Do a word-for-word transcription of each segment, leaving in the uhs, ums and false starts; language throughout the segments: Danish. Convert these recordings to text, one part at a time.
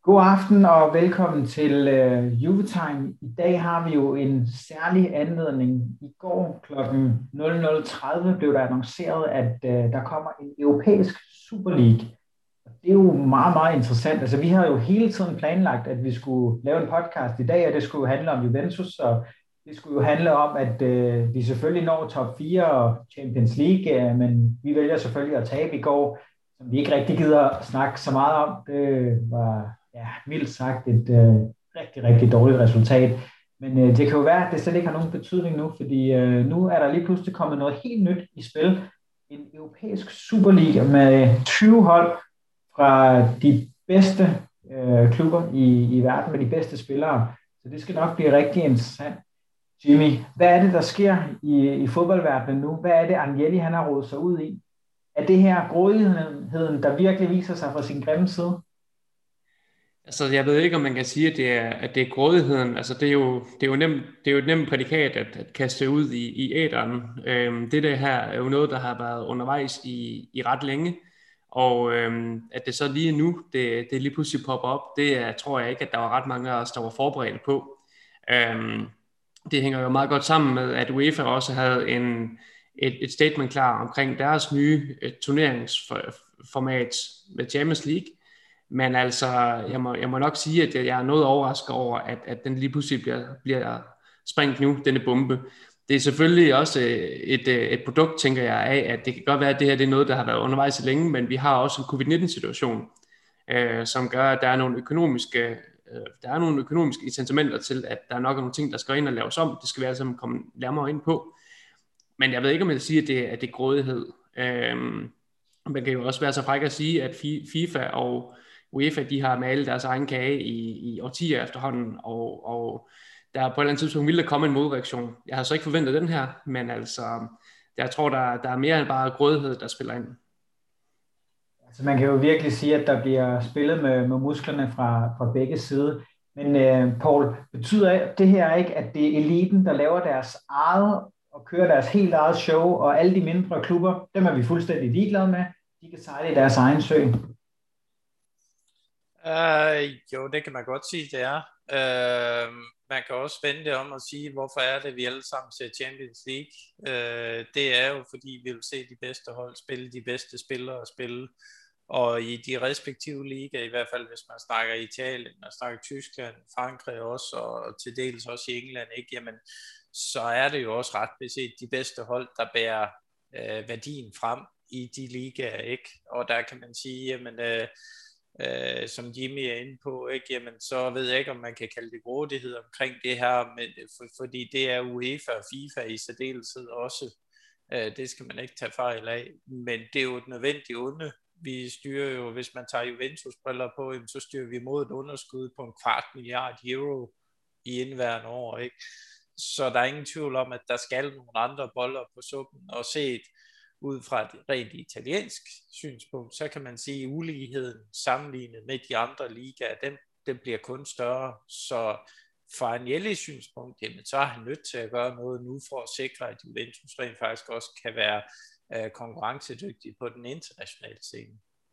God aften og velkommen til øh, Juvetime. I dag har vi jo en særlig anledning. I går klokken nul nul tredive blev der annonceret, at øh, der kommer en europæisk Super League. Og det er jo meget, meget interessant. Altså, vi har jo hele tiden planlagt, at vi skulle lave en podcast i dag, og det skulle jo handle om Juventus, og det skulle jo handle om, at øh, vi selvfølgelig når top fire og Champions League, øh, men vi vælger selvfølgelig at tabe i går, som vi ikke rigtig gider at snakke så meget om. Det var ja, mildt sagt et øh, rigtig, rigtig dårligt resultat. Men øh, det kan jo være, at det slet ikke har nogen betydning nu, fordi øh, nu er der lige pludselig kommet noget helt nyt i spil. En europæisk Superliga med tyve hold fra de bedste øh, klubber i, i verden med de bedste spillere. Så det skal nok blive rigtig interessant. Jimmy, hvad er det, der sker i, i fodboldverdenen nu? Hvad er det, Agnelli han har rodet sig ud i? Er det her grådigheden, der virkelig viser sig fra sin grimme side? Altså, jeg ved ikke, om man kan sige, at det er, at det er grådigheden. Altså, det er jo, det er jo, nemt, det er jo et nemt prædikat at, at kaste ud i, i æderen. Øhm, det der her er jo noget, der har været undervejs i, i ret længe. Og øhm, at det så lige nu, det, det lige pludselig popper op, det er, tror jeg ikke, at der var ret mange af os, der var forberedt på. Øhm, det hænger jo meget godt sammen med, at UEFA også havde en, et, et statement klar omkring deres nye turneringsformat med Champions League. Men altså, jeg må, jeg må nok sige, at jeg er noget overrasket over, at, at den lige pludselig bliver, bliver sprængt nu, denne bombe. Det er selvfølgelig også et, et produkt, tænker jeg, af, at det kan godt være, at det her det er noget, der har været undervejs i længe, men vi har også en covid nitten situation, øh, som gør, at der er nogle økonomiske, øh, der er nogle økonomiske incitamenter til, at der er nok nogle ting, der skal ind og laves om. Det skal vi alle sammen komme nærmere ind på. Men jeg ved ikke, om jeg vil sige, at det, at det er grådighed. Øh, man kan jo også være så fræk at sige, at FIFA og UEFA, de har malet deres egen kage i, i årtier efterhånden, og, og der er på et eller andet tidspunkt ville der komme en modreaktion. Jeg har så ikke forventet den her, men altså, jeg tror, der, der er mere end bare grådighed, der spiller ind. Altså man kan jo virkelig sige, at der bliver spillet med, med musklerne fra, fra begge sider. Men øh, Paul, betyder det her ikke, at det er eliten, der laver deres eget og kører deres helt eget show, og alle de mindre klubber, dem er vi fuldstændig ligeglade med, de kan sejle i deres egen sø? Uh, jo, det kan man godt sige, det er. Uh, man kan også vende det om og sige, hvorfor er det, vi alle sammen ser Champions League? Uh, det er jo, fordi vi vil se de bedste hold spille, de bedste spillere spille. Og i de respektive ligaer, i hvert fald hvis man snakker Italien, man snakker Tyskland, Frankrig også, og til dels også i England, ikke? Jamen, så er det jo også ret beset de bedste hold, der bærer uh, værdien frem i de ligaer, ikke? Og der kan man sige, jamen... Uh, Uh, som Jimmy er inde på, ikke? Jamen, så ved jeg ikke, om man kan kalde det grådighed omkring det her, men, for, fordi det er UEFA og FIFA i særdeleshed også. Uh, det skal man ikke tage fejl af, men det er jo et nødvendigt onde. Vi styrer jo, hvis man tager Juventus-briller på, jamen, så styrer vi mod et underskud på en kvart milliard euro i indværende år, ikke? Så der er ingen tvivl om, at der skal nogle andre boller på suppen, og set ud fra et rent italiensk synspunkt, så kan man sige, at uligheden sammenlignet med de andre ligaer, den, den bliver kun større. Så fra Agnellis synspunkt, jamen, så er han nødt til at gøre noget nu for at sikre, at Juventus rent faktisk også kan være øh, konkurrencedygtig på den internationale scene.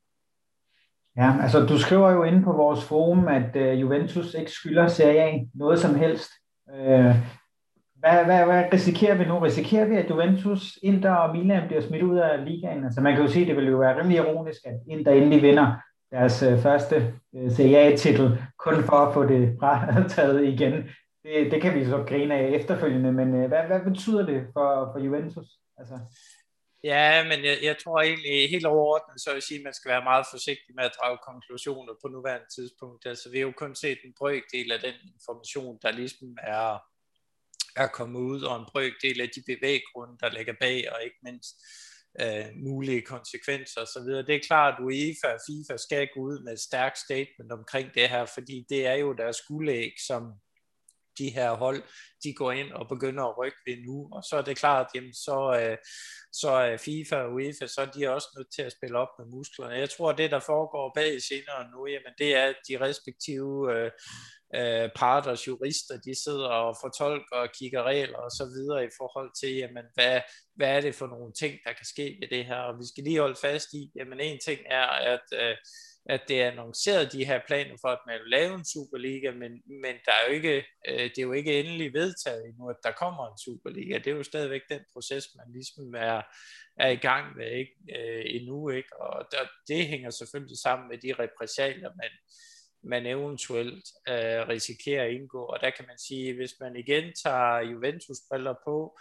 Ja, altså du skriver jo inde på vores forum, at øh, Juventus ikke skylder Serie A noget som helst. Øh, Hvad, hvad, hvad risikerer vi nu? Risikerer vi, at Juventus, Inter og Milan bliver smidt ud af ligaen? Altså man kan jo sige, at det vil jo være rimelig ironisk, at Inter endelig vinder deres øh, første øh, Serie A-titel, kun for at få det frataget igen. Det, det kan vi så grine af efterfølgende, men øh, hvad, hvad betyder det for, for Juventus? Altså... Ja, men jeg, jeg tror egentlig helt overordnet, så vil jeg sige, at man skal være meget forsigtig med at drage konklusioner på nuværende tidspunkt. Altså vi har jo kun set en brøkdel af den information, der ligesom er er kommet ud, og en brøkdel af de bevæggrunde, der ligger bag, og ikke mindst øh, mulige konsekvenser osv. Det er klart, at UEFA og FIFA skal gå ud med et stærkt statement omkring det her, fordi det er jo deres guldæg, som de her hold, de går ind og begynder at rykke ved nu, og så er det klart, jamen så, øh, så er FIFA og UEFA, så er de også nødt til at spille op med musklerne. Jeg tror, at det, der foregår bag senere nu, jamen det er, at de respektive øh, øh, parters jurister, de sidder og fortolker og kigger regler og så videre i forhold til, jamen hvad, hvad er det for nogle ting, der kan ske ved det her, og vi skal lige holde fast i, jamen en ting er, at øh, at det er annonceret de her planer for, at man vil lave en Superliga, men, men der er jo ikke, øh, det er jo ikke endelig vedtaget endnu, at der kommer en Superliga. Det er jo stadigvæk den proces, man ligesom er, er i gang med, ikke? Øh, endnu, ikke? Og der, det hænger selvfølgelig sammen med de repressalier, man, man eventuelt øh, risikerer at indgå. Og der kan man sige, hvis man igen tager Juventus-briller på,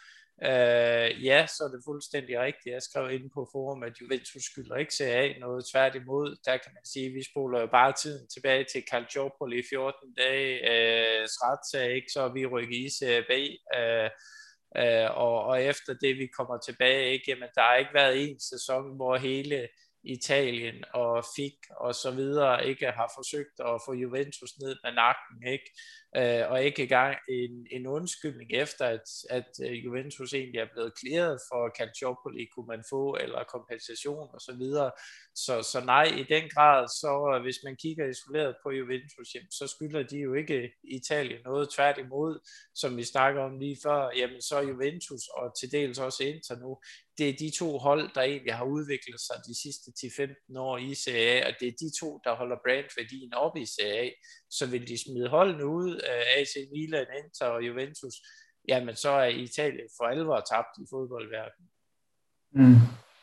Øh, ja, så er det fuldstændig rigtigt. Jeg skrev inde på forum, at Juventus skylder ikke Serie A noget, tværtimod. Der kan man sige, at vi spoler jo bare tiden tilbage til Calciopoli i fjorten dage, øh, retssag, ikke? Så er vi rykket i Serie B, øh, øh, og, og efter det vi kommer tilbage, ikke? Jamen, der har ikke været en sæson, hvor hele Italien og F I G og så videre ikke har forsøgt at få Juventus ned med nakken, ikke? Øh, og ikke engang en, en undskyldning efter, at, at Juventus egentlig er blevet clearet for Calciopoli, kunne man få, eller kompensation og så videre. Så, så nej, i den grad, så hvis man kigger isoleret på Juventus, jamen, så skylder de jo ikke Italien noget, tværtimod, som vi snakker om lige før, jamen så Juventus og til dels også Inter nu, det er de to hold, der egentlig har udviklet sig de sidste ti til femten år i Serie A, og det er de to, der holder brandværdien op i Serie A. Så vil de smide holdene ud af A C Milan, Inter og Juventus, jamen så er Italien for alvor tabt i fodboldverdenen. Mm.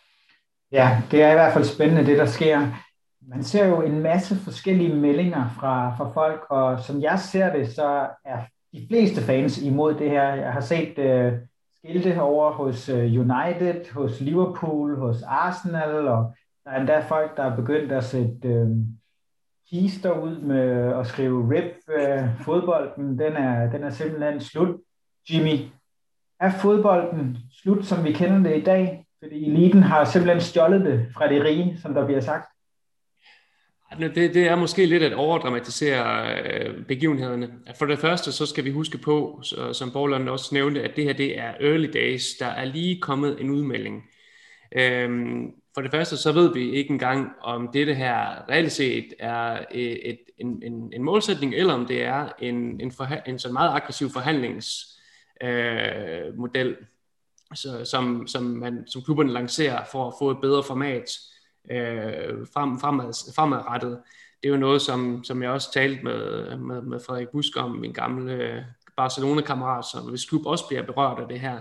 Ja, det er i hvert fald spændende, det der sker. Man ser jo en masse forskellige meldinger fra, fra folk, og som jeg ser det, så er de fleste fans imod det her. Jeg har set uh, skilte over hos uh, United, hos Liverpool, hos Arsenal, og der er endda folk, der er begyndt at sætte uh, kister ud med at skrive rip uh, fodbolden. Den er, den er simpelthen slut. Jimmy, er fodbolden slut, som vi kender det i dag? Fordi eliten har simpelthen stjålet det fra de rige, som der bliver sagt. Det, det er måske lidt at overdramatisere øh, begivenhederne. For det første, så skal vi huske på, så, som Borland også nævnte, at det her det er early days. Der er lige kommet en udmelding. Øhm, for det første, så ved vi ikke engang, om dette her reelt set er et, et, en, en, en målsætning, eller om det er en, en, forha- en så meget aggressiv forhandlingsmodel, øh, så, som, som, man, som klubberne lancerer for at få et bedre format øh, frem, fremad, fremadrettet. Det er jo noget, som, som jeg også talte med, med, med Frederik Busk om, min gamle Barcelona-kammerat, som hvis klub også bliver berørt af det her.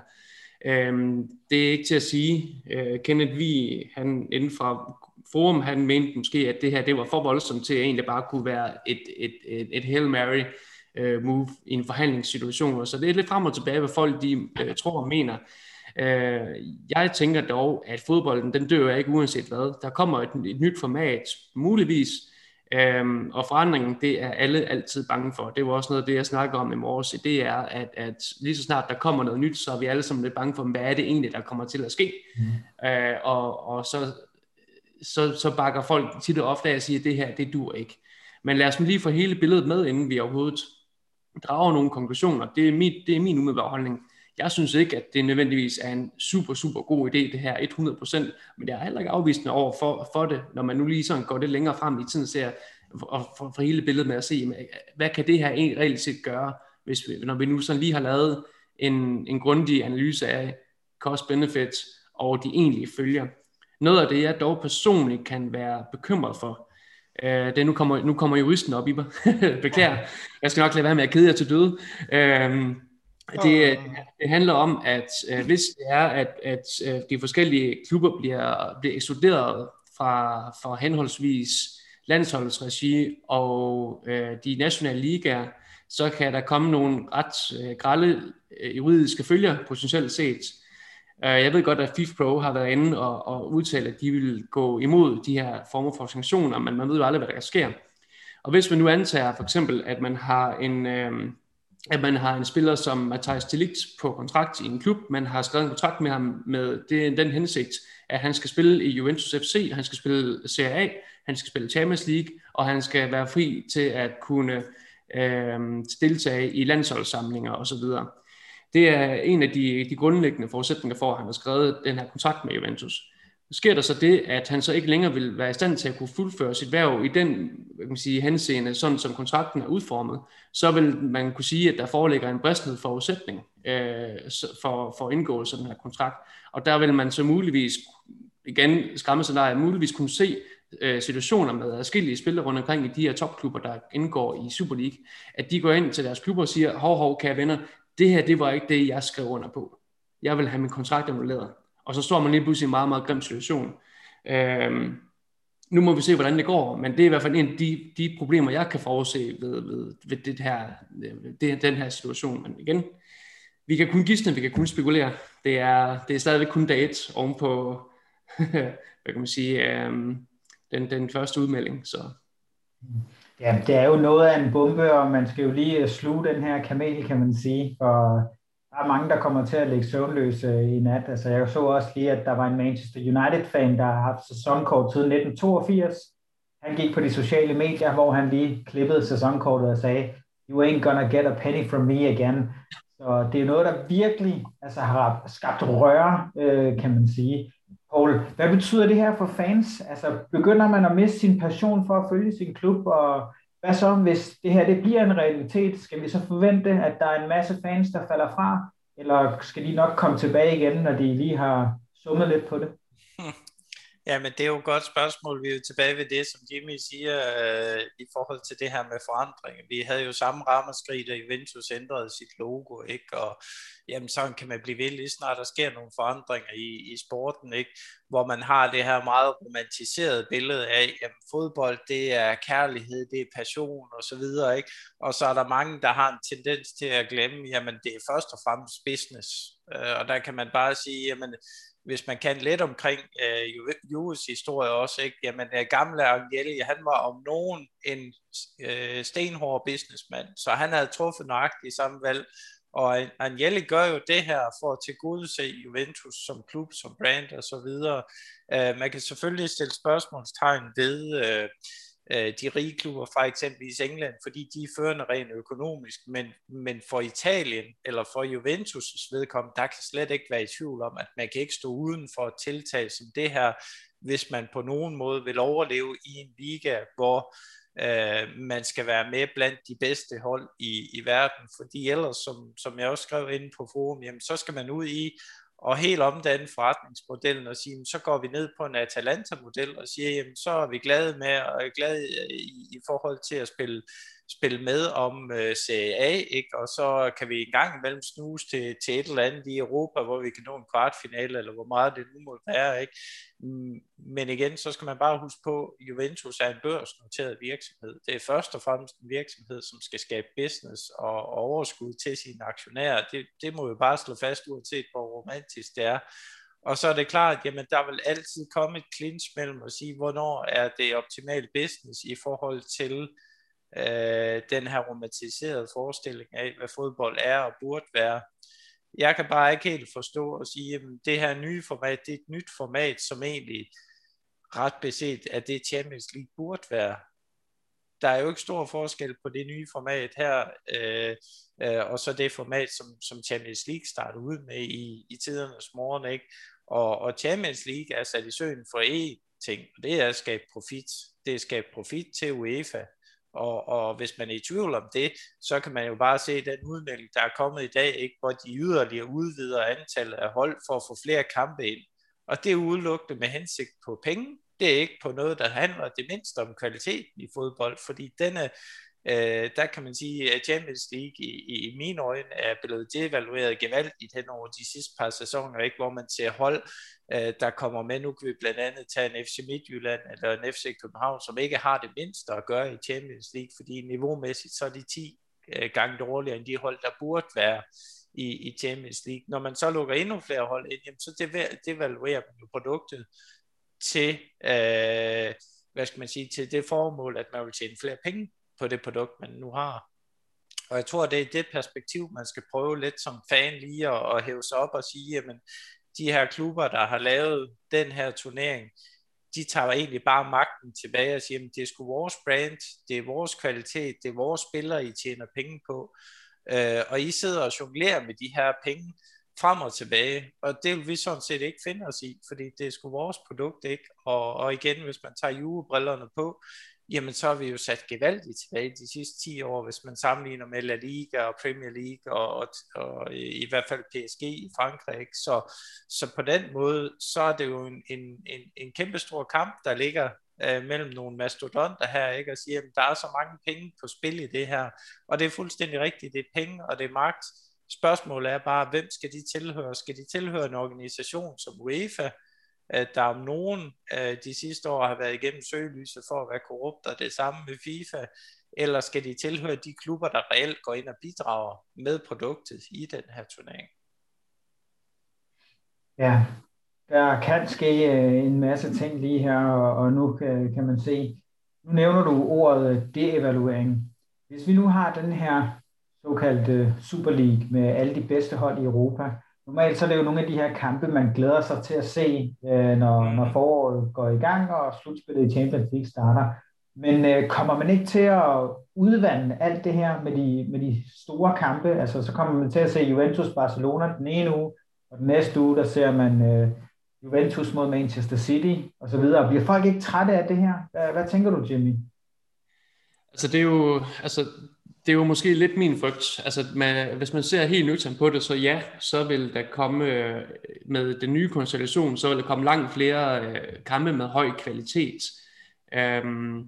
Øhm, det er ikke til at sige. Øh, Kenneth Vig, han inden for forum, han mente måske, at det her det var for voldsomt til at egentlig bare kunne være et, et, et, et Hail Mary øh, move i en forhandlingssituation. Så det er lidt frem og tilbage, hvad folk de øh, tror og mener. Øh, jeg tænker dog, at fodbolden, den dør ikke uanset hvad. Der kommer et, et nyt format, muligvis, øhm, og forandringen, det er alle altid bange for. Det var også noget af det, jeg snakker om i morges. Det er, at, at lige så snart der kommer noget nyt, så er vi alle sammen lidt bange for, hvad er det egentlig, der kommer til at ske. Mm. Øh, og og så, så, så bakker folk tit og ofte af at sige, at det her, det dur ikke. Men lad os lige få hele billedet med, inden vi overhovedet drager nogle konklusioner. Det er min, det er min umiddelbare holdning. Jeg synes ikke, at det nødvendigvis er en super, super god idé, det her hundrede procent, men jeg er heller ikke afvisende over for, for det, når man nu lige sådan går det længere frem i tiden, ser og for, for hele billedet med at se, hvad kan det her egentlig reelt set gøre, hvis vi, når vi nu sådan lige har lavet en, en grundig analyse af cost-benefits og de egentlige følger. Noget af det, jeg dog personligt kan være bekymret for, øh, det nu kommer, nu kommer juristen op i mig, beklager, jeg skal nok lade være med at kede jer til døde, øh, Det, det handler om, at øh, hvis det er, at, at øh, de forskellige klubber bliver, bliver ekskluderet fra, fra henholdsvis landsholdets regi og øh, de nationale ligaer, så kan der komme nogle ret øh, grelle øh, juridiske følger potentielt set. Øh, jeg ved godt, at FIFA Pro har været inde og, og udtalt, at de vil gå imod de her former for sanktioner, men man ved jo aldrig, hvad der sker. Og hvis man nu antager for eksempel, at man har en... Øh, at man har en spiller som Matthijs de Ligt på kontrakt i en klub. Man har skrevet en kontrakt med ham med det, den hensigt, at han skal spille i Juventus F C, han skal spille Serie A, han skal spille Champions League, og han skal være fri til at kunne øh, deltage i landsholdssamlinger osv. Det er en af de, de grundlæggende forudsætninger for, at han har skrevet den her kontrakt med Juventus. Sker der så det, at han så ikke længere vil være i stand til at kunne fuldføre sit hverv i den hvad kan man sige, henseende, sådan som kontrakten er udformet, så vil man kunne sige, at der foreligger en bristende forudsætning øh, for, for indgåelse af den her kontrakt. Og der vil man så muligvis, igen skræmmescenariet, muligvis kunne se øh, situationer med adskillige spillere rundt omkring i de her topklubber, der indgår i Super League, at de går ind til deres klubber og siger, hov, hov, kære venner, det her, det var ikke det, jeg skrev under på. Jeg vil have min kontrakt annulleret. Og så står man lige pludselig i en meget, meget grim situation. Øhm, nu må vi se, hvordan det går, men det er i hvert fald en af de, de problemer, jeg kan forudse ved, ved, ved det her, det, den her situation. Men igen, vi kan kun gisne, vi kan kun spekulere. Det er, det er stadigvæk kun dag et ovenpå, hvad kan man sige, øhm, den, den første udmelding. Så. Ja, det er jo noget af en bombe, og man skal jo lige sluge den her kamel, kan man sige, for der er mange, der kommer til at ligge søvnløse i nat. Altså, jeg så også lige, at der var en Manchester United-fan, der har haft sæsonkort siden nitten toogfirs. Han gik på de sociale medier, hvor han lige klippede sæsonkortet og sagde, you ain't gonna get a penny from me again. Så det er noget, der virkelig altså, har skabt røre, øh, kan man sige. Poul, hvad betyder det her for fans? Altså, begynder man at miste sin passion for at følge sin klub, og hvad så, hvis det her det bliver en realitet? Skal vi så forvente, at der er en masse fans, der falder fra? Eller skal de nok komme tilbage igen, når de lige har summet lidt på det? Ja, men det er jo et godt spørgsmål. Vi er jo tilbage ved det, som Jimmy siger, øh, i forhold til det her med forandringer. Vi havde jo samme ramaskrig, da Juventus ændrede sit logo, ikke? Og jamen, sådan kan man blive ved, lige snart der sker nogle forandringer i, i sporten, ikke? Hvor man har det her meget romantiserede billede af, at fodbold, det er kærlighed, det er passion og så videre, ikke? Og så er der mange, der har en tendens til at glemme, jamen det er først og fremmest business. Øh, og der kan man bare sige, jamen hvis man kan lidt omkring øh, Juves historie også, ikke? Jamen øh, gamle Agnelli, han var om nogen en øh, stenhård businessman, så han havde truffet nøjagtigt samme valg, og Agnelli gør jo det her for at tilgodese Juventus som klub, som brand og så videre. Øh, man kan selvfølgelig stille spørgsmålstegn ved øh, de rige klubber fra eksempelvis England, fordi de er førende rent økonomisk, men, men for Italien eller for Juventus' vedkommende, der kan slet ikke være i tvivl om, at man kan ikke stå uden for et tiltag som det her, hvis man på nogen måde vil overleve i en liga, hvor øh, man skal være med blandt de bedste hold i, i verden, fordi ellers, som, som jeg også skrev inde på forum, jamen, så skal man ud i og helt omdanne forretningsmodellen og sige, så går vi ned på en Atalanta-model og siger, jamen, så er vi glade med og er glade i, i forhold til at spille, spille med om uh, Serie A, ikke? Og så kan vi en gang imellem snuse til, til et eller andet i Europa, hvor vi kan nå en kvartfinale, eller hvor meget det nu må være, ikke? Men igen, så skal man bare huske på, at Juventus er en børsnoteret virksomhed. Det er først og fremmest en virksomhed, som skal skabe business og overskud til sine aktionærer. Det, det må jo bare slå fast, uanset hvor romantisk det er. Og så er det klart, at jamen, der vil altid komme et clinch mellem at sige, hvornår er det optimal business i forhold til øh, den her romantiserede forestilling af, hvad fodbold er og burde være. Jeg kan bare ikke helt forstå og sige, at det her nye format, det er et nyt format, som egentlig ret beset er det Champions League burde være. Der er jo ikke stor forskel på det nye format her, øh, øh, og så det format, som, som Champions League startede ud med i, i tidernes morgen, ikke? Og, og Champions League er sat i søen for én ting, og det er at skabe profit. Det er at skabe profit til UEFA. Og, og hvis man er i tvivl om det, så kan man jo bare se den udmelding, der er kommet i dag, ikke, hvor de yderligere udvider antallet af hold for at få flere kampe ind. Og det er udelukkende med hensigt på penge. Det er ikke på noget, der handler det mindste om kvaliteten i fodbold, fordi denne, øh, der kan man sige, at Champions League i, i, i mine øjne er blevet devalueret gevaldigt hen over de sidste par sæsoner, ikke, hvor man ser hold, øh, der kommer med. Nu kan vi blandt andet tage en F C Midtjylland eller en F C København, som ikke har det mindste at gøre i Champions League, fordi niveaumæssigt så er de ti øh, gange dårligere end de hold, der burde være i, i Champions League. Når man så lukker endnu flere hold ind, jamen, så devaluerer man jo produktet til, øh, hvad skal man sige, til det formål, at man vil tjene flere penge på det produkt, man nu har. Og jeg tror, det er det perspektiv, man skal prøve lidt som fan lige at, at hæve sig op og sige, jamen, de her klubber, der har lavet den her turnering, de tager egentlig bare magten tilbage og siger, jamen, det er sgu vores brand, det er vores kvalitet, det er vores spillere, I tjener penge på, øh, og I sidder og jonglerer med de her penge frem og tilbage, og det vil vi sådan set ikke finde os i, fordi det er sgu vores produkt, ikke? Og, og igen, hvis man tager julebrillerne på, jamen så har vi jo sat gevaldigt tilbage de sidste ti år, hvis man sammenligner med La Liga og Premier League og, og, og i hvert fald P S G i Frankrig, ikke? Så, så på den måde, så er det jo en, en, en, en kæmpe stor kamp, der ligger øh, mellem nogle mastodonter her, ikke, og siger, at der er så mange penge på spil i det her, og det er fuldstændig rigtigt, det er penge, og det er magt. Spørgsmålet er bare, hvem skal de tilhøre? Skal de tilhøre en organisation som UEFA, der om nogen de sidste år har været igennem søgelyset for at være korrupt, og det samme med FIFA, eller skal de tilhøre de klubber, der reelt går ind og bidrager med produktet i den her turnering? Ja, der kan ske en masse ting lige her, og nu kan, kan man se, nu nævner du ordet deevaluering. Hvis vi nu har den her såkaldte Super League med alle de bedste hold i Europa, normalt så er det jo nogle af de her kampe, man glæder sig til at se, når, når foråret går i gang, og slutspillet i Champions League starter. Men øh, kommer man ikke til at udvande alt det her med de, med de store kampe? Altså så kommer man til at se Juventus-Barcelona den ene uge, og den næste uge, der ser man øh, Juventus mod Manchester City, og så videre. Bliver folk ikke trætte af det her? Hvad, hvad tænker du, Jimmy? Altså det er jo, altså, det er jo måske lidt min frygt. Altså man, hvis man ser helt nøgternt på det, så ja, så vil der komme øh, med den nye konstellation, så vil der komme langt flere øh, kampe med høj kvalitet. Um,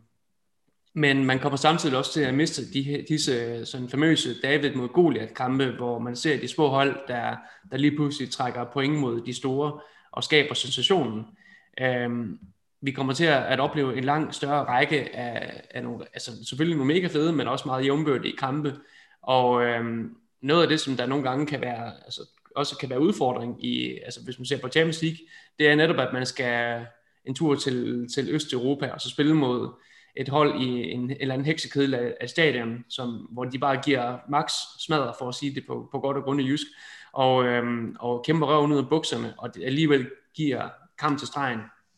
men man kommer samtidig også til at miste de, disse sådan famøse David mod Goliath kampe, hvor man ser de små hold, der, der lige pludselig trækker point mod de store og skaber sensationen. Um, vi kommer til at opleve en langt større række af, af nogle, altså selvfølgelig nogle mega fede, men også meget jævnbyrdige kampe. Og um, noget af det, som der nogle gange kan være, altså også kan være udfordring i, altså hvis man ser på Champions League, det er netop, at man skal en tur til, til Østeuropa, og så spille mod et hold i en eller anden heksekedel af, af stadion, som, hvor de bare giver max smadder, for at sige det på, på godt og grundigt jysk, og, øhm, og kæmper røven ud af bukserne, og alligevel giver kamp til stregen.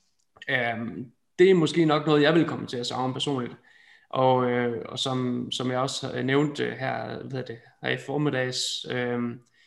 Øhm, det er måske nok noget, jeg vil komme til at savne personligt. Og, øh, og som, som jeg også nævnte her, hvad det, her i formiddags, øh,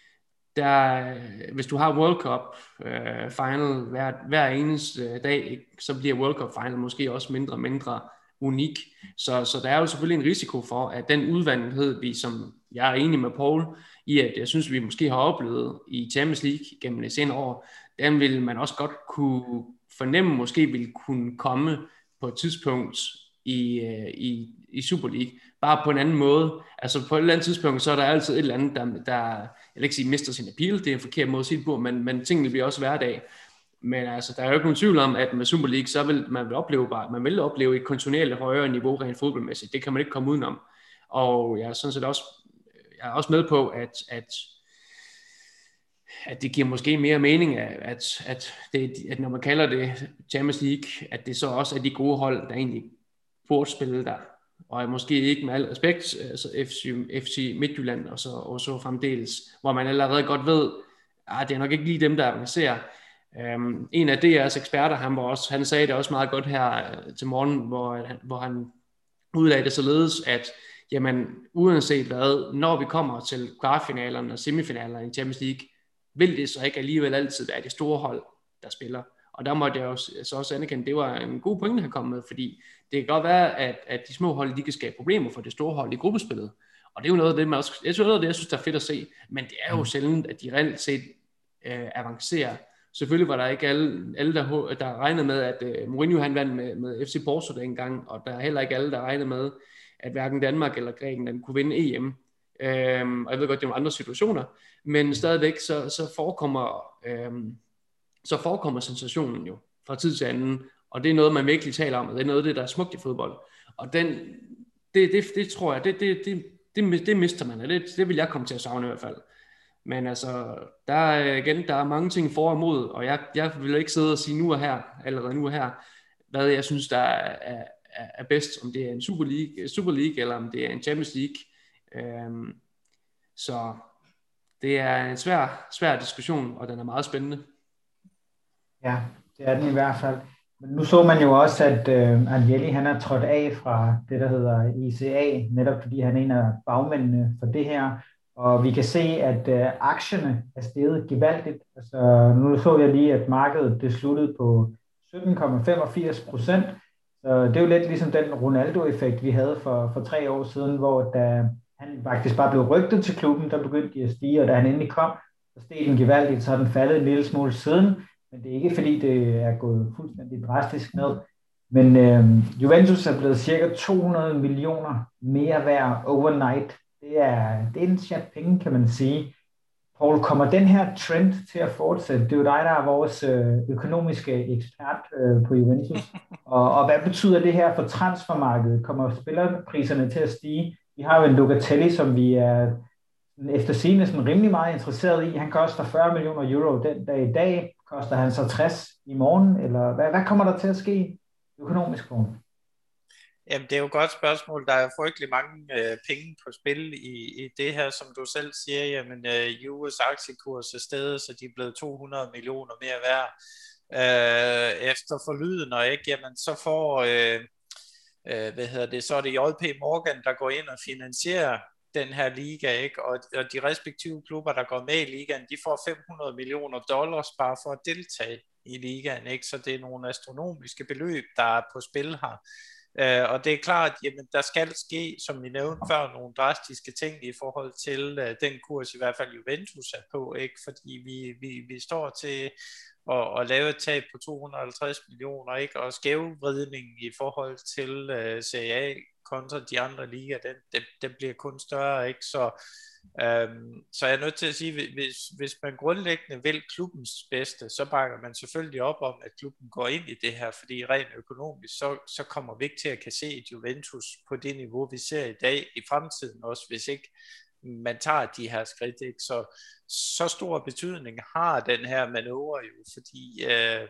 der, hvis du har World Cup øh, final hver, hver eneste dag, så bliver World Cup final måske også mindre og mindre unik. Så, så der er jo selvfølgelig en risiko for, at den udvandenhed, vi som jeg er enig med Paul i, at jeg synes, vi måske har oplevet i Champions League gennem de senere år, den vil man også godt kunne fornemme, måske vil kunne komme på et tidspunkt i, i, i Super League, bare på en anden måde. Altså på et eller andet tidspunkt, så er der altid et eller andet, der, der jeg vil ikke sige mister sin appeal, det er en forkert måde at sige det på, men, men tingene bliver også hverdag. Men altså, der er jo ikke nogen tvivl om, at med Super League, så vil man vil opleve bare, man vil opleve et kontinuerligt højere niveau rent fodboldmæssigt. Det kan man ikke komme udenom. Og jeg er sådan set også, jeg er også med på, at, at, at det giver måske mere mening, at, at, det, at når man kalder det Champions League, at det så også er de gode hold, der egentlig burde spille der. Og måske ikke med al respekt, altså F C, F C Midtjylland og så, og så fremdeles, hvor man allerede godt ved, at det er nok ikke lige dem, der avancerer. Um, en af D R's eksperter, han, var også, han sagde det også meget godt her til morgen, hvor, hvor han udlagde det således, at jamen, uanset hvad, når vi kommer til kvartfinalerne og semifinalerne i Champions League, vil det så ikke alligevel altid være de store hold, der spiller. Og der måtte jeg også, så også anerkende, det var en god pointe, han kom med, fordi det kan godt være, at, at de små hold, de kan skabe problemer for det store hold i gruppespillet. Og det er jo noget af det, man også, jeg synes, noget af det, jeg synes, der er fedt at se, men det er jo sjældent, at de reelt set øh, avancerer. Selvfølgelig var der ikke alle, alle der, der regnede med, at øh, Mourinho han vandt med, med F C Porto dengang, og der er heller ikke alle, der regnede med, at hverken Danmark eller Grækenland kunne vinde E M. Øhm, og jeg ved godt, det er nogle andre situationer, men stadigvæk så, så, forekommer, øhm, så forekommer sensationen jo fra tid til anden, og det er noget, man virkelig taler om, og det er noget af det, der er smukt i fodbold. Og den, det, det, det tror jeg, det, det, det, det, det mister man, og det, det vil jeg komme til at savne i hvert fald. Men altså, der er, igen, der er mange ting for og imod, og jeg, jeg vil ikke sidde og sige nu og her, allerede nu og her, hvad jeg synes, der er, er, er bedst, om det er en Super League, Super League, eller om det er en Champions League. Øhm, så det er en svær, svær diskussion, og den er meget spændende. Ja, det er den i hvert fald. Men nu så man jo også, at øh, Agnelli, han er trådt af fra det, der hedder I C A, netop fordi han er en af bagmændene for det her. Og vi kan se, at øh, aktierne er steget gevaldigt. Altså, nu så jeg lige, at markedet det sluttede på sytten komma femogfirs procent. Så det er jo lidt ligesom den Ronaldo-effekt, vi havde for, for tre år siden, hvor da han faktisk bare blev rygtet til klubben, der begyndte de at stige, og da han endelig kom, så steg den gevaldigt, så har den faldet en lille smule siden. Men det er ikke fordi, det er gået fuldstændig drastisk ned. Men øh, Juventus er blevet cirka to hundrede millioner mere værd overnight. Det er, det er en chat penge, kan man sige. Paul, kommer den her trend til at fortsætte? Det er jo dig, der er vores øh, økonomiske ekspert øh, på Juventus. Og, og hvad betyder det her for transfermarkedet? Kommer spillerpriserne til at stige? Vi har jo en Locatelli, som vi er efter sigende sådan rimelig meget interesseret i. Han koster fyrre millioner euro den dag i dag. Koster han så tres i morgen? Eller hvad, hvad kommer der til at ske økonomisk på? Jamen, det er jo et godt spørgsmål. Der er frygtelig mange øh, penge på spil i, i det her, som du selv siger. Jamen, øh, Juves aktiekurs er steget, så de er blevet to hundrede millioner mere værd. Øh, efter forlyden, og ikke, jamen, så får, øh, øh, hvad hedder det, så er det J P Morgan, der går ind og finansierer den her liga, ikke? Og, og de respektive klubber, der går med i ligaen, de får fem hundrede millioner dollars bare for at deltage i ligaen, ikke? Så det er nogle astronomiske beløb, der er på spil her. Uh, og det er klart, at jamen, der skal ske, som vi nævnte før, nogle drastiske ting i forhold til uh, den kurs, i hvert fald Juventus er på, ikke? Fordi vi, vi, vi står til at, at lave et tab på to hundrede og halvtreds millioner, ikke? Og skævvridningen i forhold til uh, Serie A kontra de andre ligaer, den, den, den bliver kun større, ikke? Så, øhm, så jeg er nødt til at sige, hvis, hvis man grundlæggende vil klubbens bedste, så bakker man selvfølgelig op om, at klubben går ind i det her, fordi rent økonomisk, så, så kommer vi ikke til at kan se et Juventus på det niveau, vi ser i dag, i fremtiden også, hvis ikke man tager de her skridt, ikke? Så, så stor betydning har den her manøvre jo, fordi øh,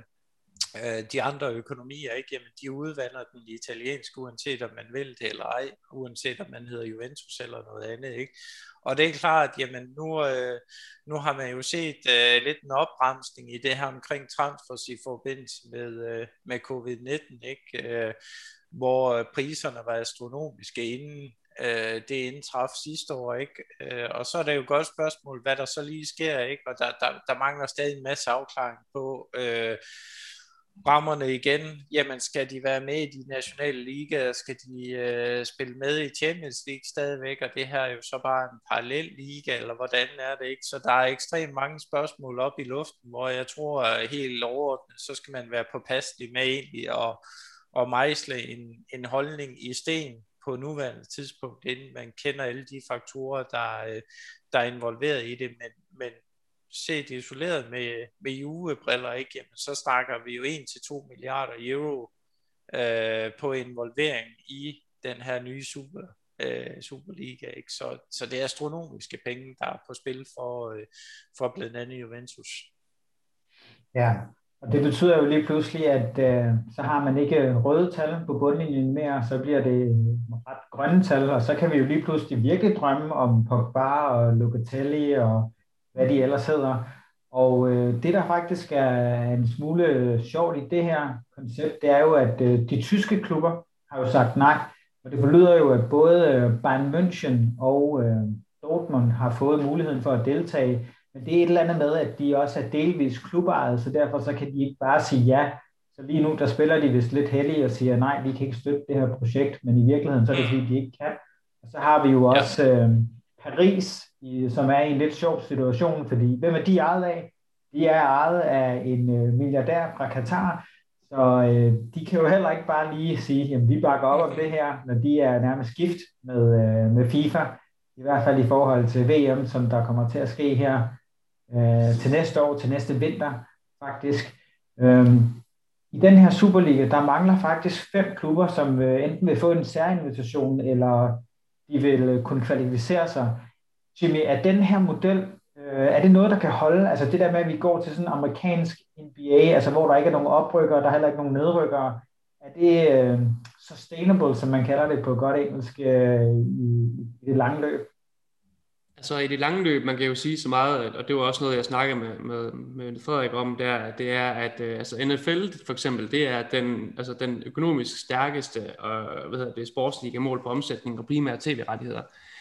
de andre økonomier, ikke? Jamen, de udvander den italienske, uanset om man vil det eller ej, uanset om man hedder Juventus eller noget andet, ikke? Og det er klart, jamen nu, øh, nu har man jo set øh, lidt en opbremsning i det her omkring transfers i forbindelse med, øh, med covid nitten, ikke? Øh, hvor priserne var astronomiske inden øh, det indtraf sidste år, ikke? Øh, og så er det jo et godt spørgsmål, hvad der så lige sker, ikke? Og der, der, der mangler stadig en masse afklaring på øh, rammerne igen. Jamen, skal de være med i de nationale ligaer? Skal de øh, spille med i Champions League stadigvæk? Og det her er jo så bare en parallel liga, eller hvordan er det, ikke? Så der er ekstremt mange spørgsmål op i luften, hvor jeg tror, at helt overordnet, så skal man være påpasselig med egentlig og, og mejsle en, en holdning i sten på nuværende tidspunkt, inden man kender alle de faktorer, der, der er involveret i det. Men, men set isoleret med, med juvebriller, ikke? Jamen, så snakker vi jo en til to milliarder euro øh, på involvering i den her nye super, øh, Superliga, ikke? Så, så det er astronomiske penge, der er på spil for, øh, for blandt andet Juventus. Ja, og det betyder jo lige pludselig, at øh, så har man ikke røde tal på bundlinjen mere, så bliver det ret grønne tal, og så kan vi jo lige pludselig virkelig drømme om Pogba og Locatelli og hvad de ellers hedder. Og øh, det, der faktisk er en smule sjovt i det her koncept, det er jo, at øh, de tyske klubber har jo sagt nej. Og det forlyder jo, at både øh, Bayern München og øh, Dortmund har fået muligheden for at deltage. Men det er et eller andet med, at de også er delvis klubejet, så derfor så kan de ikke bare sige ja. Så lige nu, der spiller de vist lidt heldige og siger, nej, vi kan ikke støtte det her projekt, men i virkeligheden, så er det fordi, de ikke kan. Og så har vi jo også øh, Paris, i, som er i en lidt sjov situation, fordi hvem er de ejet af? De er ejet af en øh, milliardær fra Katar, så øh, de kan jo heller ikke bare lige sige, jamen vi bakker op om det her, når de er nærmest gift med, øh, med FIFA, i hvert fald i forhold til V M, som der kommer til at ske her øh, til næste år, til næste vinter faktisk. Øhm, I den her Superliga, der mangler faktisk fem klubber, som øh, enten vil få en særinvitation, eller de vil kunne kvalificere sig. Jimmy, er den her model, øh, er det noget, der kan holde? Altså det der med, at vi går til sådan en amerikansk N B A, altså hvor der ikke er nogen oprykkere, der er heller ikke nogen nedrykkere, er det øh, sustainable, som man kalder det på godt engelsk, øh, i, i det lange løb? Altså i det lange løb, man kan jo sige så meget, og det var også noget, jeg snakkede med, med, med Frederik om, der, det er, at øh, altså N F L for eksempel, det er den, altså den økonomisk stærkeste og, hvad hedder det, sportsliga mål på omsætning og primære tv-rettigheder.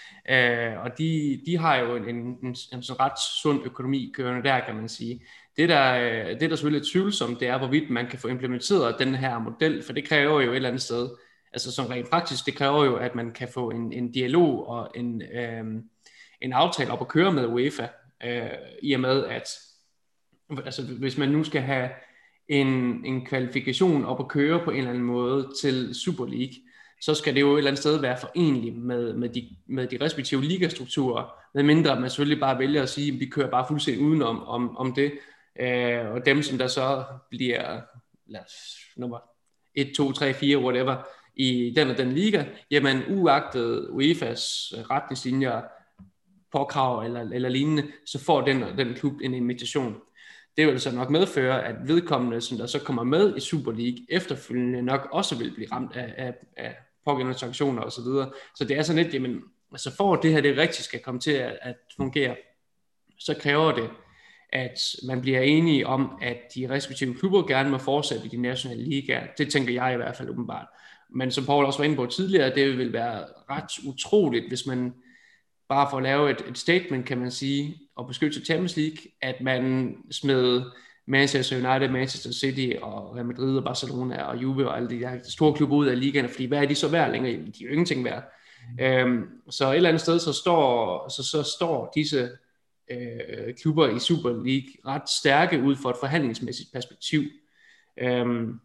Øh, og de, de har jo en, en, en, en sådan ret sund økonomi kørende der, kan man sige. Det der, det der selvfølgelig er tvivlsomt, det er, hvorvidt man kan få implementeret den her model, for det kræver jo et eller andet sted, altså som rent praktisk, det kræver jo, at man kan få en, en dialog og en... Øh, en aftale op at køre med UEFA, øh, i og med at altså, hvis man nu skal have en, en kvalifikation op at køre på en eller anden måde til Super League, så skal det jo et eller andet sted være forenligt med, med, de, med de respektive ligastrukturer, medmindre man selvfølgelig bare vælger at sige, at vi kører bare fuldstændig udenom om, om det, øh, og dem som der så bliver lad os, nummer et, to, tre, fire, whatever, i den og den liga, jamen uagtet U E F A's retningslinjer, påkrav eller, eller lignende, så får den, den klub en invitation. Det vil så nok medføre, at vedkommende, som der så kommer med i Super League, efterfølgende nok også vil blive ramt af, af, af pågældende sanktioner osv. Så, så det er sådan lidt, jamen, altså for at det her det rigtigt skal komme til at, at fungere, så kræver det, at man bliver enige om, at de respektive klubber gerne må fortsætte i de nationale ligaer. Det tænker jeg i hvert fald åbenbart. Men som Paul også var inde på tidligere, det vil være ret utroligt, hvis man bare for at lave et, et statement, kan man sige, og beskytte Champions League, at man smed Manchester United, Manchester City og Real Madrid og Barcelona og Juve og alle de der store klubber ud af ligaerne, fordi hvad er de så værd længere? De er jo ingenting værd. Øhm, så et eller andet sted, så står, så, så står disse øh, klubber i Super League ret stærke ud for et forhandlingsmæssigt perspektiv. Øhm,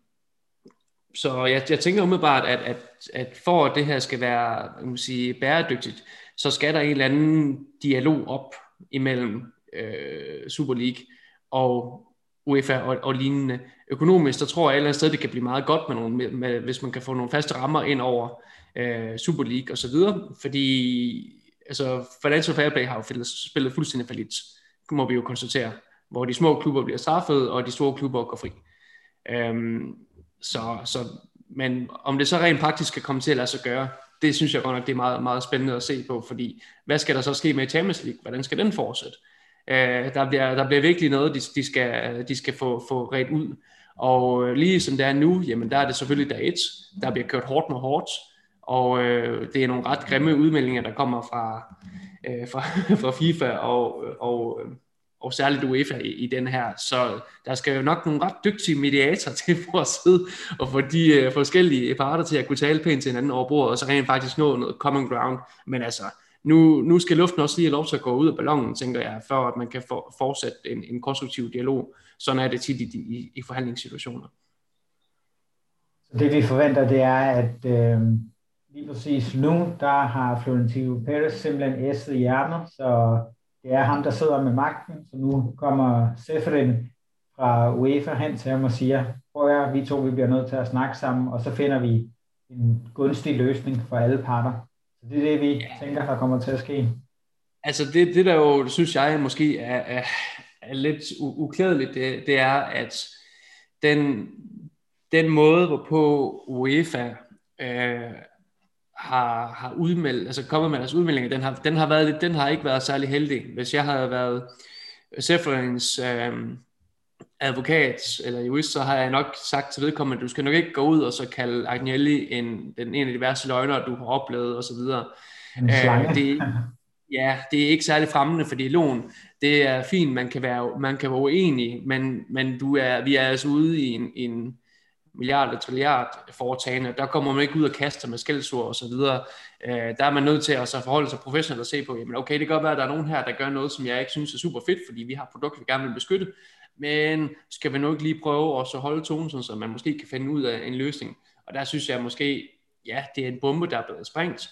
så jeg, jeg tænker umiddelbart, at, at, at for at det her skal være, jeg må sige, bæredygtigt, så skal der en eller anden dialog op imellem øh, Super League og UEFA og, og lignende. Økonomisk, der tror jeg et eller andet sted, det kan blive meget godt, med nogle, med, med, hvis man kan få nogle faste rammer ind over øh, Super League og så videre, fordi altså, Financial Fair Play har jo spillet fuldstændig fallit, må vi jo konstatere, hvor de små klubber bliver straffet, og de store klubber går fri. Øhm, så, så, men om det så rent praktisk skal komme til at lade sig gøre, det synes jeg godt nok, det er meget, meget spændende at se på, fordi hvad skal der så ske med Champions League? Hvordan skal den fortsætte? Øh, der, bliver, der bliver virkelig noget, de, de skal, de skal få, få redt ud. Og lige som det er nu, jamen der er det selvfølgelig dag et, der bliver kørt hårdt med hårdt, og øh, det er nogle ret grimme udmeldinger, der kommer fra, øh, fra, fra FIFA og, og, og særligt UEFA i, i den her. Så der skal jo nok nogle ret dygtige mediatorer til for at sidde og få de øh, forskellige parter til at kunne tale pænt til hinanden over bordet, og så rent faktisk nå noget common ground. Men altså, nu, nu skal luften også lige have lov til at gå ud af ballonen, tænker jeg, for at man kan for, fortsætte en, en konstruktiv dialog. Sådan er det tit i, i, i forhandlingssituationer. Det vi forventer, det er, at øh, lige præcis nu, der har Florentino Pérez simpelthen æsset i ærmet, så det er ham, der sidder med magten, så nu kommer Ceferin fra UEFA hen til ham og siger, prøv at vi to vi bliver nødt til at snakke sammen, og så finder vi en gunstig løsning for alle parter. Så det er det, vi tænker, der kommer til at ske. Altså det, det der jo, synes jeg måske er, er, er lidt uklædeligt, det, det er, at den, den måde, hvorpå UEFA øh, har, har udmeldt, altså kommet med deres udmeldinger, den har, den har, været, den har ikke været særlig heldig. Hvis jeg havde været Ceferins øh, advokat eller jurist, så har jeg nok sagt til vedkommende, at du skal nok ikke gå ud og så kalde Agnelli en, den, en af de værste løgnere, du har oplevet og så videre. Øh, det, ja, det er ikke særlig fremmende for dialogen. Det er fint, man kan være, man kan være uenig, men, men du er, vi er altså ude i en, en milliard eller trilliard foretagende. Der kommer man ikke ud og kaster med skældsord og så videre. Øh, der er man nødt til at så forholde sig professionelt og se på, jamen okay, det kan godt være, at der er nogen her, der gør noget, som jeg ikke synes er super fedt, fordi vi har produkter, vi gerne vil beskytte, men skal vi nu ikke lige prøve at så holde tonen, så man måske kan finde ud af en løsning. Og der synes jeg måske, ja, det er en bombe, der er blevet sprængt,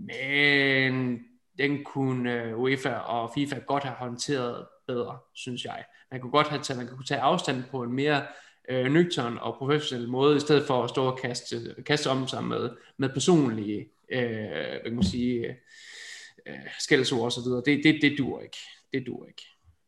men den kunne UEFA og FIFA godt have håndteret bedre, synes jeg. Man kunne godt have taget, man kunne tage afstand på en mere øh, nøgtern og professionel måde, i stedet for at stå og kaste, kaste om sig med, med personlige øh, hvad kan man sige, øh, skældsord og så videre. Det, det, det dur ikke. Det dur ikke.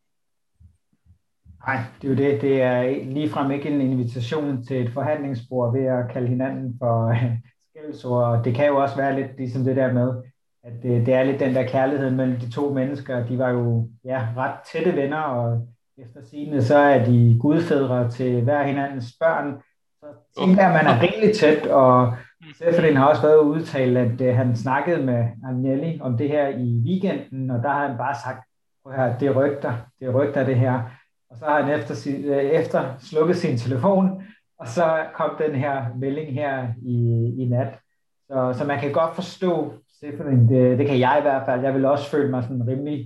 Nej, det er jo det. Det er ligefrem ikke en invitation til et forhandlingsbord ved at kalde hinanden for skældsord. Det kan jo også være lidt ligesom det der med, at det, det er lidt den der kærlighed mellem de to mennesker. De var jo ja, ret tætte venner, og efter sigende så er de gudfædre til hver hinandens børn. Så tænker jeg, at man er rigtig tæt, og Ceferin har også været udtalt, at uh, han snakkede med Agnelli om det her i weekenden, og der har han bare sagt, at det er rygter, det er rygter det her. Og så har han efter, efter slukket sin telefon, og så kom den her melding her i, i nat. Så, så man kan godt forstå Ceferin, det, det kan jeg i hvert fald. Jeg vil også føle mig sådan rimelig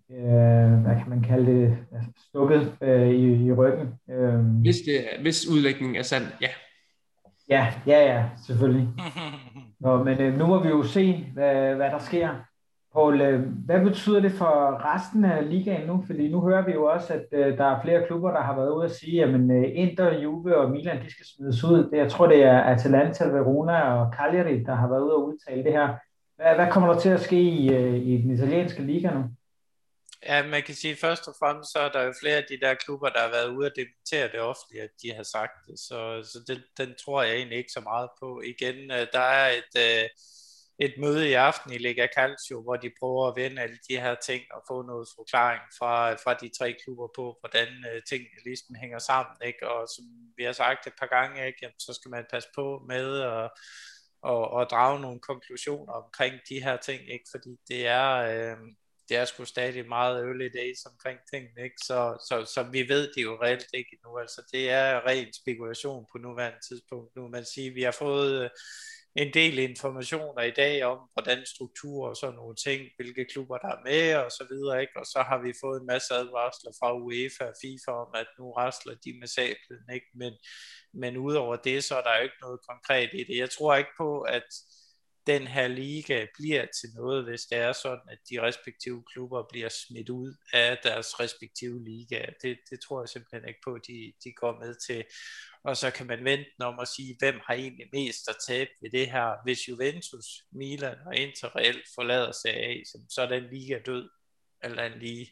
øh, hvad kan man kalde det, altså, stukket øh, i, i ryggen. Øh, Hvis, det, er- hvis udlægningen er sand, ja. ja, ja, ja, selvfølgelig. Nå, men øh, nu må vi jo se, hvad, hvad der sker. Poul, øh, hvad betyder det for resten af ligaen nu? Fordi nu hører vi jo også, at øh, der er flere klubber, der har været ude at sige, at øh, Inter, Juve og Milan, de skal smides ud. Det, jeg tror, det er Atalanta, Verona og Cagliari, der har været ude at udtale det her. Hvad, hvad kommer der til at ske i, øh, i den italienske liga nu? Ja, man kan sige, først og fremmest, så er der jo flere af de der klubber, der har været ude at dementere det offentligt, at de har sagt det, så, så det, den tror jeg egentlig ikke så meget på. Igen, øh, der er et, øh, et møde i aften i Lega Calcio, hvor de prøver at vende alle de her ting og få noget forklaring fra, fra de tre klubber på, hvordan øh, tingene ligesom hænger sammen, ikke? Og som vi har sagt et par gange, ikke? Jamen, så skal man passe på med at og, og drage nogle konklusioner omkring de her ting, ikke? Fordi det er... Øh, det er sgu stadig meget early days omkring tingene, ikke? Så, så, så vi ved det jo reelt ikke nu, altså det er ren spekulation på nuværende tidspunkt. Nu man siger, vi har fået en del informationer i dag om, hvordan struktur og sådan nogle ting, hvilke klubber der er med og så videre, ikke? Og så har vi fået en masse advarsler fra UEFA og FIFA om, at nu rasler de med sablen, ikke? Men, men udover det, så er der jo ikke noget konkret i det. Jeg tror ikke på, at den her liga bliver til noget, hvis det er sådan, at de respektive klubber bliver smidt ud af deres respektive liga. Det, det tror jeg simpelthen ikke på, at de, de går med til. Og så kan man vente om at sige, hvem har egentlig mest at tabe ved det her. Hvis Juventus, Milan og Inter reelt forlader sig af, så er den liga død, eller en lige.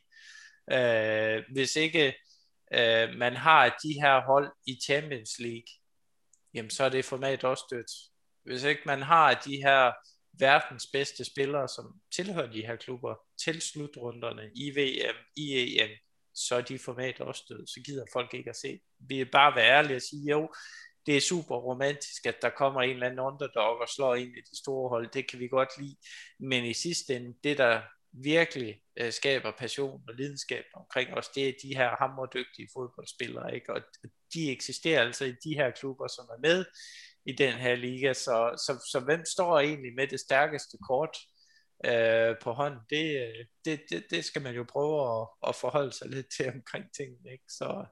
Øh, hvis ikke øh, man har de her hold i Champions League, jamen så er det format også dødt. Hvis ikke man har de her verdens bedste spillere, som tilhører de her klubber til slutrunderne i V M, i E M, så er de format også døde. Så gider folk ikke at se. Vi er bare være ærlige og sige, jo, det er super romantisk, at der kommer en eller anden underdog og slår en af de store hold. Det kan vi godt lide. Men i sidste ende, det der virkelig øh, skaber passion og lidenskab omkring os, det er de her hammerdygtige fodboldspillere, ikke? Og de eksisterer altså i de her klubber, som er med i den her liga, så, så, så hvem står egentlig med det stærkeste kort øh, på hånden, det, det, det, det skal man jo prøve at, at forholde sig lidt til omkring tingene, ikke? Så...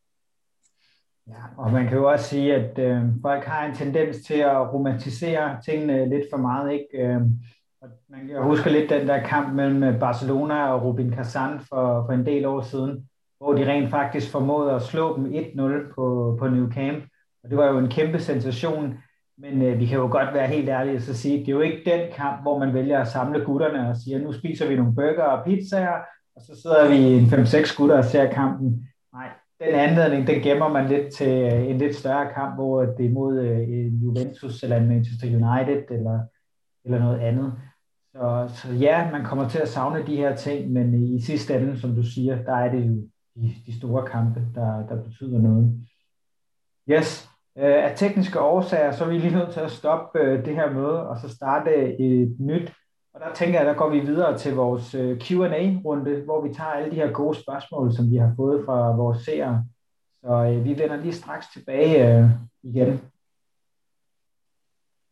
Ja, og man kan jo også sige, at øh, folk har en tendens til at romantisere tingene lidt for meget, ikke? Øh, og man, jeg husker lidt den der kamp mellem Barcelona og Rubin Kazan for, for en del år siden, hvor de rent faktisk formåede at slå dem et nul på, på New Camp. Og det var jo en kæmpe sensation, men øh, vi kan jo godt være helt ærlige og så sige, det er jo ikke den kamp, hvor man vælger at samle gutterne og siger, nu spiser vi nogle burger og pizzaer, og så sidder vi en fem seks gutter og ser kampen. Nej, den anledning, den gemmer man lidt til øh, en lidt større kamp, hvor det er mod øh, Juventus eller Manchester United eller, eller noget andet. Så, så ja, man kommer til at savne de her ting, men i sidste ende, som du siger, der er det jo de, de store kampe, der, der betyder noget. Yes. Af tekniske årsager, så er vi lige nødt til at stoppe det her møde, og så starte et nyt. Og der tænker jeg, der går vi videre til vores Q and A-runde, hvor vi tager alle de her gode spørgsmål, som vi har fået fra vores seere. Så vi vender lige straks tilbage igen.